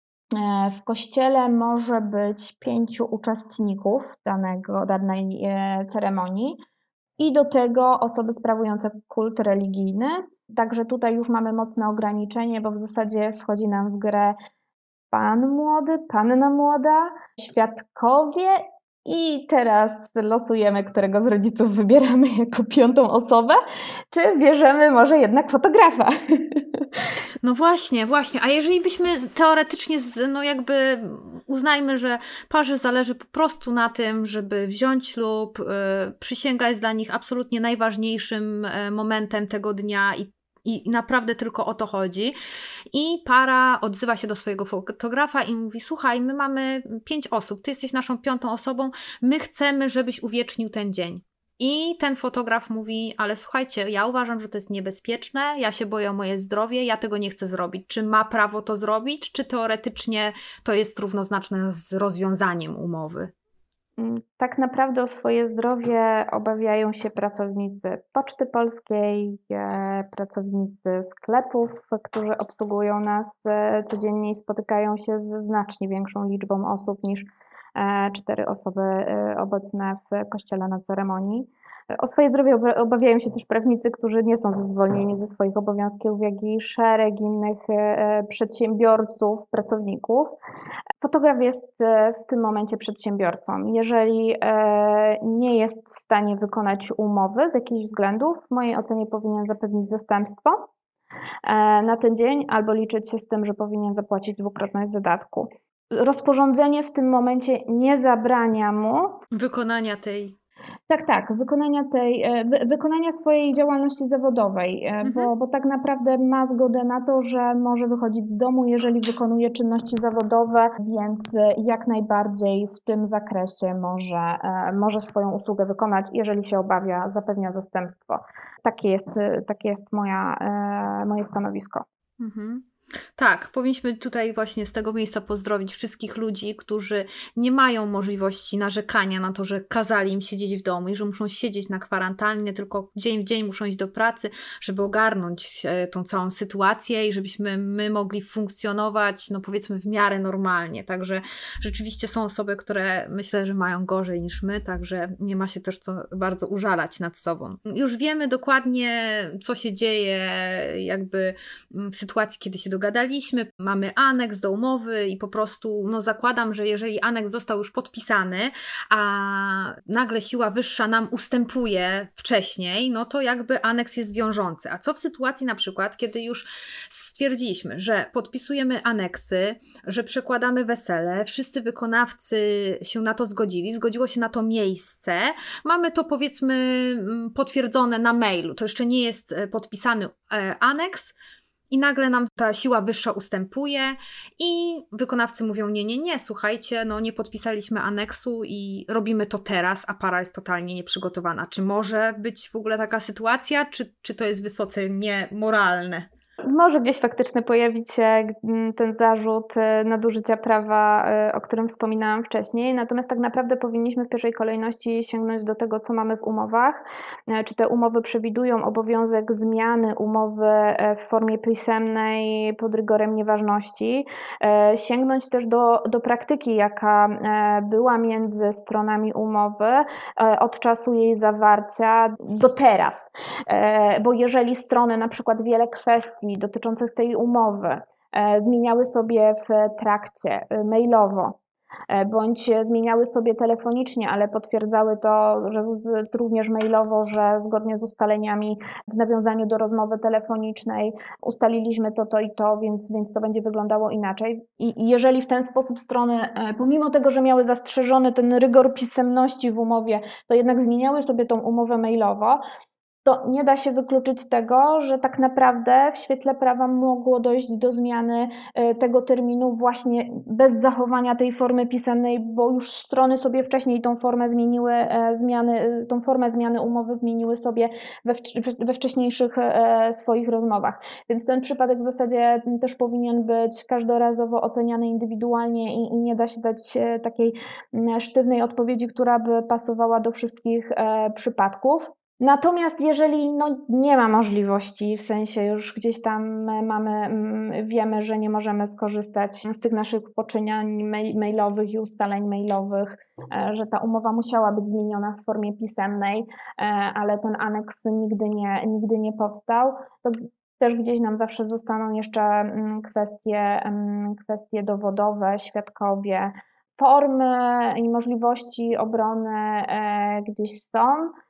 S3: w kościele może być pięciu uczestników danego, danej ceremonii i do tego osoby sprawujące kult religijny. Także tutaj już mamy mocne ograniczenie, bo w zasadzie wchodzi nam w grę pan młody, panna młoda, świadkowie i teraz losujemy, którego z rodziców wybieramy jako piątą osobę, czy bierzemy może jednak fotografa.
S1: No właśnie, właśnie. A jeżeli byśmy teoretycznie, no jakby uznajmy, że parze zależy po prostu na tym, żeby wziąć ślub, przysięga jest dla nich absolutnie najważniejszym momentem tego dnia i I naprawdę tylko o to chodzi. I para odzywa się do swojego fotografa i mówi: słuchaj, my mamy pięć osób, ty jesteś naszą piątą osobą, my chcemy, żebyś uwiecznił ten dzień. I ten fotograf mówi: ale słuchajcie, ja uważam, że to jest niebezpieczne, ja się boję o moje zdrowie, ja tego nie chcę zrobić. Czy ma prawo to zrobić, czy teoretycznie to jest równoznaczne z rozwiązaniem umowy?
S3: Tak naprawdę o swoje zdrowie obawiają się pracownicy Poczty Polskiej, pracownicy sklepów, którzy obsługują nas codziennie i spotykają się ze znacznie większą liczbą osób niż cztery osoby obecne w kościele na ceremonii. O swoje zdrowie obawiają się też prawnicy, którzy nie są zwolnieni ze swoich obowiązków, jak i szereg innych przedsiębiorców, pracowników. Fotograf jest w tym momencie przedsiębiorcą. Jeżeli nie jest w stanie wykonać umowy z jakichś względów, w mojej ocenie powinien zapewnić zastępstwo na ten dzień albo liczyć się z tym, że powinien zapłacić dwukrotność zadatku. Rozporządzenie w tym momencie nie zabrania mu
S1: wykonania tej
S3: Tak, tak, wykonania tej, wy, wykonania swojej działalności zawodowej,
S1: Mhm.
S3: bo, bo tak naprawdę ma zgodę na to, że może wychodzić z domu, jeżeli wykonuje czynności zawodowe, więc jak najbardziej w tym zakresie może, może swoją usługę wykonać, jeżeli się obawia, zapewnia zastępstwo. Takie jest, takie jest moja, moje stanowisko.
S1: Mhm. Tak, powinniśmy tutaj właśnie z tego miejsca pozdrowić wszystkich ludzi, którzy nie mają możliwości narzekania na to, że kazali im siedzieć w domu i że muszą siedzieć na kwarantannie, tylko dzień w dzień muszą iść do pracy, żeby ogarnąć tą całą sytuację i żebyśmy my mogli funkcjonować, no powiedzmy, w miarę normalnie. Także rzeczywiście są osoby, które myślę, że mają gorzej niż my, także nie ma się też co bardzo użalać nad sobą. Już wiemy dokładnie, co się dzieje jakby w sytuacji, kiedy się dogadaliśmy, mamy aneks do umowy i po prostu no zakładam, że jeżeli aneks został już podpisany, a nagle siła wyższa nam ustępuje wcześniej, no to jakby aneks jest wiążący. A co w sytuacji na przykład, kiedy już stwierdziliśmy, że podpisujemy aneksy, że przekładamy wesele, wszyscy wykonawcy się na to zgodzili, zgodziło się na to miejsce, mamy to powiedzmy potwierdzone na mailu, to jeszcze nie jest podpisany aneks, i nagle nam ta siła wyższa ustępuje i wykonawcy mówią: nie, nie, nie, słuchajcie, no nie podpisaliśmy aneksu i robimy to teraz, a para jest totalnie nieprzygotowana. Czy może być w ogóle taka sytuacja, czy, czy to jest wysoce niemoralne?
S3: Może gdzieś faktycznie pojawić się ten zarzut nadużycia prawa, o którym wspominałam wcześniej, natomiast tak naprawdę powinniśmy w pierwszej kolejności sięgnąć do tego, co mamy w umowach. Czy te umowy przewidują obowiązek zmiany umowy w formie pisemnej pod rygorem nieważności. Sięgnąć też do, do praktyki, jaka była między stronami umowy od czasu jej zawarcia do teraz. Bo jeżeli strony na przykład wiele kwestii dotyczących tej umowy zmieniały sobie w trakcie mailowo, bądź zmieniały sobie telefonicznie, ale potwierdzały to, że również mailowo, że zgodnie z ustaleniami w nawiązaniu do rozmowy telefonicznej ustaliliśmy to, to i to, więc, więc to będzie wyglądało inaczej. I, I jeżeli w ten sposób strony, pomimo tego, że miały zastrzeżony ten rygor pisemności w umowie, to jednak zmieniały sobie tą umowę mailowo, to nie da się wykluczyć tego, że tak naprawdę w świetle prawa mogło dojść do zmiany tego terminu właśnie bez zachowania tej formy pisemnej, bo już strony sobie wcześniej tą formę zmieniły, zmiany, tą formę zmiany umowy zmieniły sobie we, we wcześniejszych swoich rozmowach. Więc ten przypadek w zasadzie też powinien być każdorazowo oceniany indywidualnie i, i nie da się dać takiej sztywnej odpowiedzi, która by pasowała do wszystkich przypadków. Natomiast jeżeli no, nie ma możliwości, w sensie już gdzieś tam mamy, wiemy, że nie możemy skorzystać z tych naszych poczynań mailowych i ustaleń mailowych, że ta umowa musiała być zmieniona w formie pisemnej, ale ten aneks nigdy nie, nigdy nie powstał, to też gdzieś nam zawsze zostaną jeszcze kwestie, kwestie dowodowe, świadkowie. Formy i możliwości obrony gdzieś są,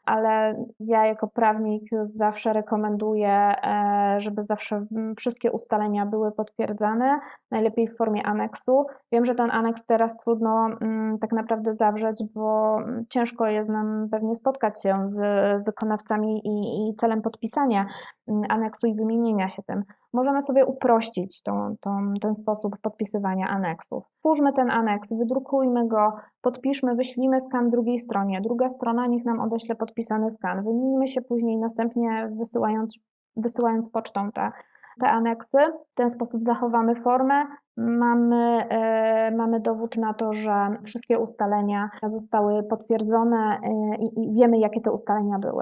S3: ale ja jako prawnik zawsze rekomenduję, żeby zawsze wszystkie ustalenia były potwierdzane, najlepiej w formie aneksu. Wiem, że ten aneks teraz trudno tak naprawdę zawrzeć, bo ciężko jest nam pewnie spotkać się z wykonawcami i, i celem podpisania aneksu i wymienienia się tym. Możemy sobie uprościć tą, tą, ten sposób podpisywania aneksów. Twórzmy ten aneks, wydrukujmy go, podpiszmy, wyślijmy skan drugiej stronie. Druga strona niech nam odeśle podpisany skan. Wymienimy się później następnie wysyłając, wysyłając pocztą te, te aneksy. W ten sposób zachowamy formę. Mamy, yy, mamy dowód na to, że wszystkie ustalenia zostały potwierdzone yy, i wiemy, jakie te ustalenia były.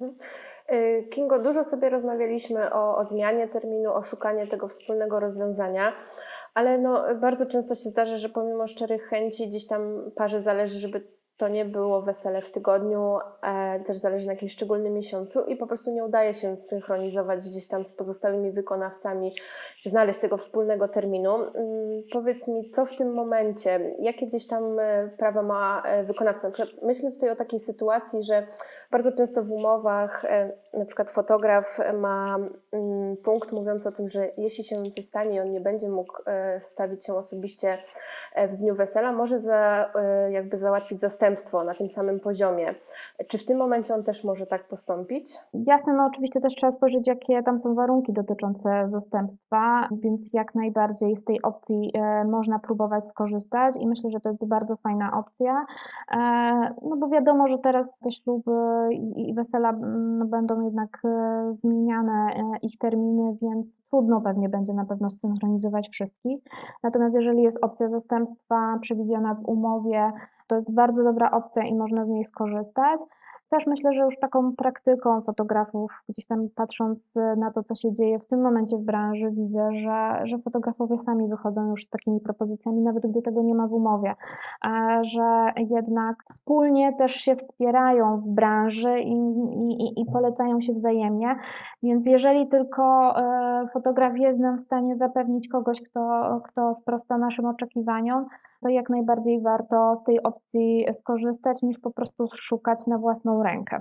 S4: Kingo, dużo sobie rozmawialiśmy o, o zmianie terminu, o szukaniu tego wspólnego rozwiązania, ale no, bardzo często się zdarza, że pomimo szczerych chęci gdzieś tam parze zależy, żeby to nie było wesele w tygodniu, e, też zależy na jakimś szczególnym miesiącu i po prostu nie udaje się zsynchronizować gdzieś tam z pozostałymi wykonawcami, znaleźć tego wspólnego terminu. Hmm, powiedz mi, co w tym momencie, jakie gdzieś tam prawa ma wykonawca? Myślę tutaj o takiej sytuacji, że bardzo często w umowach e, na przykład fotograf ma mm, punkt mówiący o tym, że jeśli się coś stanie i on nie będzie mógł e, stawić się osobiście w dniu wesela, może za, jakby załatwić zastępstwo na tym samym poziomie. Czy w tym momencie on też może tak postąpić?
S3: Jasne, no oczywiście też trzeba spojrzeć, jakie tam są warunki dotyczące zastępstwa, więc jak najbardziej z tej opcji e, można próbować skorzystać i myślę, że to jest bardzo fajna opcja, e, no bo wiadomo, że teraz te śluby i, i wesela no, będą jednak e, zmieniane e, ich terminy, więc trudno pewnie będzie na pewno zsynchronizować wszystkich. Natomiast jeżeli jest opcja zastępstwa przewidziana w umowie, to jest bardzo dobra opcja i można z niej skorzystać. Też myślę, że już taką praktyką fotografów, gdzieś tam patrząc na to, co się dzieje w tym momencie w branży, widzę, że, że fotografowie sami wychodzą już z takimi propozycjami, nawet gdy tego nie ma w umowie, że jednak wspólnie też się wspierają w branży i, i, i polecają się wzajemnie, więc jeżeli tylko fotograf jest nam w stanie zapewnić kogoś, kto, kto sprosta naszym oczekiwaniom, to jak najbardziej warto z tej opcji skorzystać, niż po prostu szukać na własną rękę.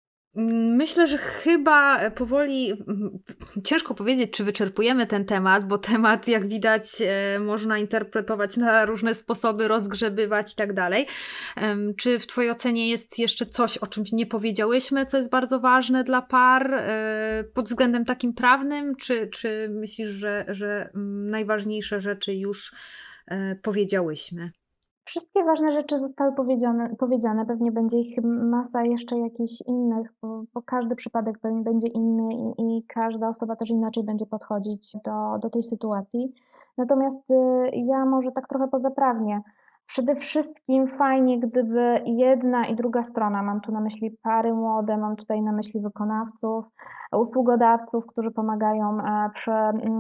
S1: Myślę, że chyba powoli, ciężko powiedzieć, czy wyczerpujemy ten temat, bo temat, jak widać, można interpretować na różne sposoby, rozgrzebywać i tak dalej. Czy w Twojej ocenie jest jeszcze coś, o czymś nie powiedziałyśmy, co jest bardzo ważne dla par pod względem takim prawnym, czy, czy myślisz, że, że najważniejsze rzeczy już powiedziałyśmy?
S3: Wszystkie ważne rzeczy zostały powiedziane, powiedziane. Pewnie będzie ich masa jeszcze jakichś innych, bo, bo każdy przypadek pewnie będzie inny i, i każda osoba też inaczej będzie podchodzić do, do tej sytuacji. Natomiast y, ja może tak trochę pozaprawnie. Przede wszystkim fajnie, gdyby jedna i druga strona, mam tu na myśli pary młode, mam tutaj na myśli wykonawców, usługodawców, którzy pomagają przy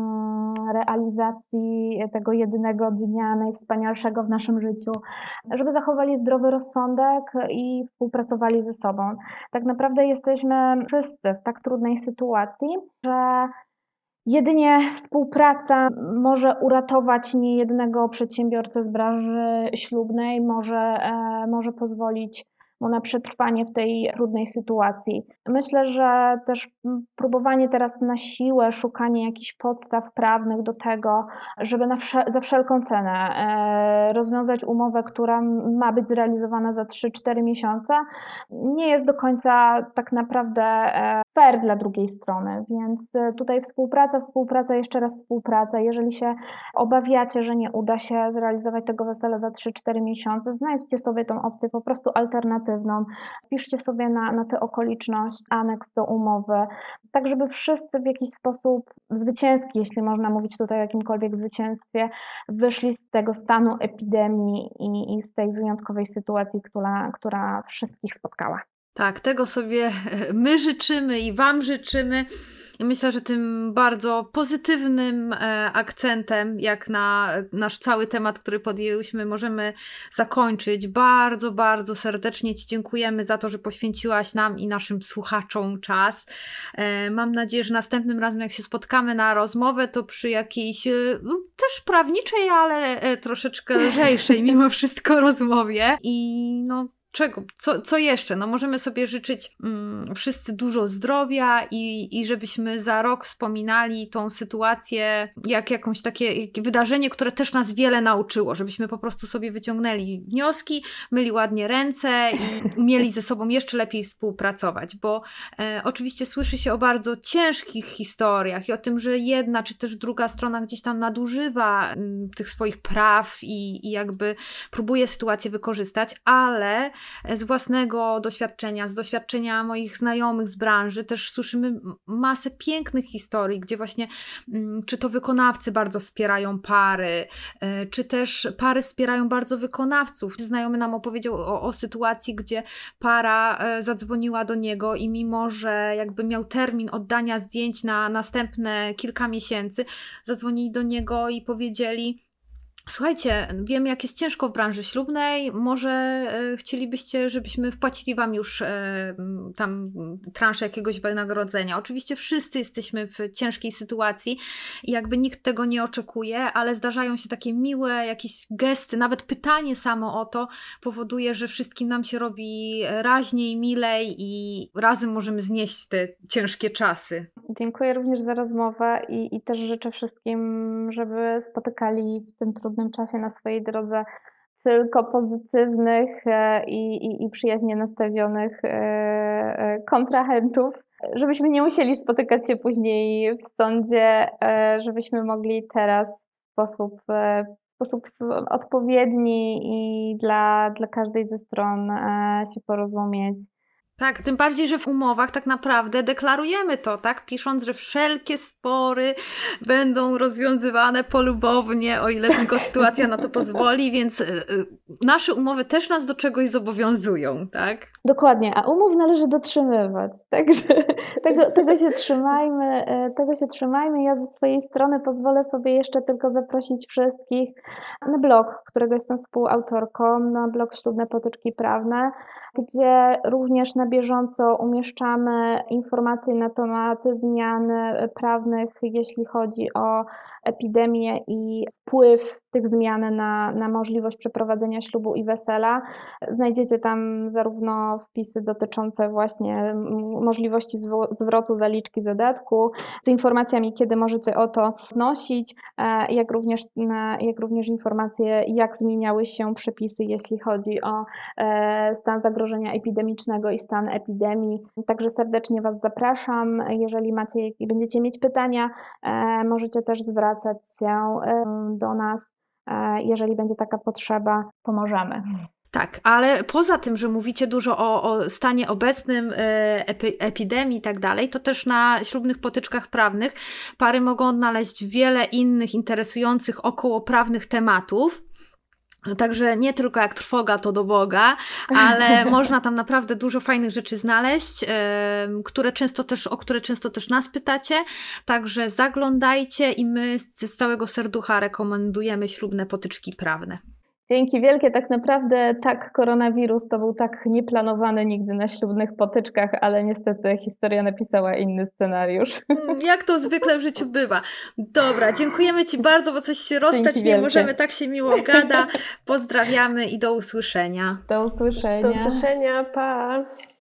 S3: realizacji tego jedynego dnia, najwspanialszego w naszym życiu, żeby zachowali zdrowy rozsądek i współpracowali ze sobą. Tak naprawdę jesteśmy wszyscy w tak trudnej sytuacji, że jedynie współpraca może uratować niejednego przedsiębiorcę z branży ślubnej, może, e, może pozwolić mu na przetrwanie w tej trudnej sytuacji. Myślę, że też próbowanie teraz na siłę, szukanie jakichś podstaw prawnych do tego, żeby na wsze- za wszelką cenę e, rozwiązać umowę, która ma być zrealizowana za trzy cztery miesiące, nie jest do końca tak naprawdę e, fair dla drugiej strony, więc tutaj współpraca, współpraca, jeszcze raz współpraca. Jeżeli się obawiacie, że nie uda się zrealizować tego wesela za trzy cztery miesiące, znajdźcie sobie tą opcję po prostu alternatywną. Piszcie sobie na, na tę okoliczność aneks do umowy, tak żeby wszyscy w jakiś sposób zwycięski, jeśli można mówić tutaj o jakimkolwiek zwycięstwie, wyszli z tego stanu epidemii i, i z tej wyjątkowej sytuacji, która, która wszystkich spotkała.
S1: Tak, tego sobie my życzymy i Wam życzymy. I myślę, że tym bardzo pozytywnym akcentem, jak na nasz cały temat, który podjęłyśmy, możemy zakończyć. Bardzo, bardzo serdecznie Ci dziękujemy za to, że poświęciłaś nam i naszym słuchaczom czas. Mam nadzieję, że następnym razem, jak się spotkamy na rozmowę, to przy jakiejś też prawniczej, ale troszeczkę lżejszej mimo wszystko rozmowie. I no czego, co, co jeszcze? No możemy sobie życzyć mm, wszyscy dużo zdrowia i, i żebyśmy za rok wspominali tą sytuację jak jakąś takie wydarzenie, które też nas wiele nauczyło, żebyśmy po prostu sobie wyciągnęli wnioski, myli ładnie ręce i umieli ze sobą jeszcze lepiej współpracować, bo e, oczywiście słyszy się o bardzo ciężkich historiach i o tym, że jedna czy też druga strona gdzieś tam nadużywa m, tych swoich praw i, i jakby próbuje sytuację wykorzystać, ale z własnego doświadczenia, z doświadczenia moich znajomych z branży też słyszymy masę pięknych historii, gdzie właśnie m, czy to wykonawcy bardzo wspierają pary, e, czy też pary wspierają bardzo wykonawców. Znajomy nam opowiedział o, o sytuacji, gdzie para e, zadzwoniła do niego i mimo, że jakby miał termin oddania zdjęć na następne kilka miesięcy, zadzwonili do niego i powiedzieli: słuchajcie, wiem jak jest ciężko w branży ślubnej, może e, chcielibyście, żebyśmy wpłacili wam już e, tam transzę jakiegoś wynagrodzenia. Oczywiście wszyscy jesteśmy w ciężkiej sytuacji i jakby nikt tego nie oczekuje, ale zdarzają się takie miłe jakieś gesty, nawet pytanie samo o to powoduje, że wszystkim nam się robi raźniej, milej i razem możemy znieść te ciężkie czasy.
S3: Dziękuję również za rozmowę i, i też życzę wszystkim, żeby spotykali w tym trudnym czasie na swojej drodze tylko pozytywnych e, i, i, i przyjaźnie nastawionych e, e, kontrahentów, żebyśmy nie musieli spotykać się później w sądzie, e, żebyśmy mogli teraz w sposób, e, w sposób odpowiedni i dla, dla każdej ze stron e, się porozumieć.
S1: Tak, tym bardziej, że w umowach tak naprawdę deklarujemy to, tak? Pisząc, że wszelkie spory będą rozwiązywane polubownie, o ile tylko sytuacja na to pozwoli, więc nasze umowy też nas do czegoś zobowiązują, tak?
S3: Dokładnie, a umów należy dotrzymywać, także tego, tego się trzymajmy, tego się trzymajmy. Ja ze swojej strony pozwolę sobie jeszcze tylko zaprosić wszystkich na blog, którego jestem współautorką, na blog Ślubne Potyczki Prawne, gdzie również na bieżąco umieszczamy informacje na temat zmian prawnych, jeśli chodzi o epidemię i wpływ tych zmian na, na możliwość przeprowadzenia ślubu i wesela. Znajdziecie tam zarówno wpisy dotyczące właśnie możliwości zwrotu zaliczki zadatku, z informacjami, kiedy możecie o to wnosić, jak również, jak również informacje, jak zmieniały się przepisy, jeśli chodzi o stan zagrożenia epidemicznego i stan epidemii. Także serdecznie Was zapraszam. Jeżeli macie, będziecie mieć pytania, możecie też zwracać się do nas. Jeżeli będzie taka potrzeba, pomożemy.
S1: Tak, ale poza tym, że mówicie dużo o, o stanie obecnym, epi, epidemii i tak dalej, to też na Ślubnych Potyczkach Prawnych pary mogą odnaleźć wiele innych interesujących okołoprawnych tematów. Także nie tylko jak trwoga to do Boga, ale można tam naprawdę dużo fajnych rzeczy znaleźć, które często też, o które często też nas pytacie. Także zaglądajcie i my z całego serducha rekomendujemy Ślubne Potyczki Prawne.
S3: Dzięki wielkie, tak naprawdę tak, koronawirus to był tak nieplanowany nigdy na Ślubnych Potyczkach, ale niestety historia napisała inny scenariusz.
S1: Jak to zwykle w życiu bywa. Dobra, dziękujemy Ci bardzo, bo coś się rozstać
S3: Dzięki
S1: nie
S3: wielkie.
S1: możemy, tak się miło gada. Pozdrawiamy i do usłyszenia.
S3: Do usłyszenia.
S4: Do usłyszenia, pa!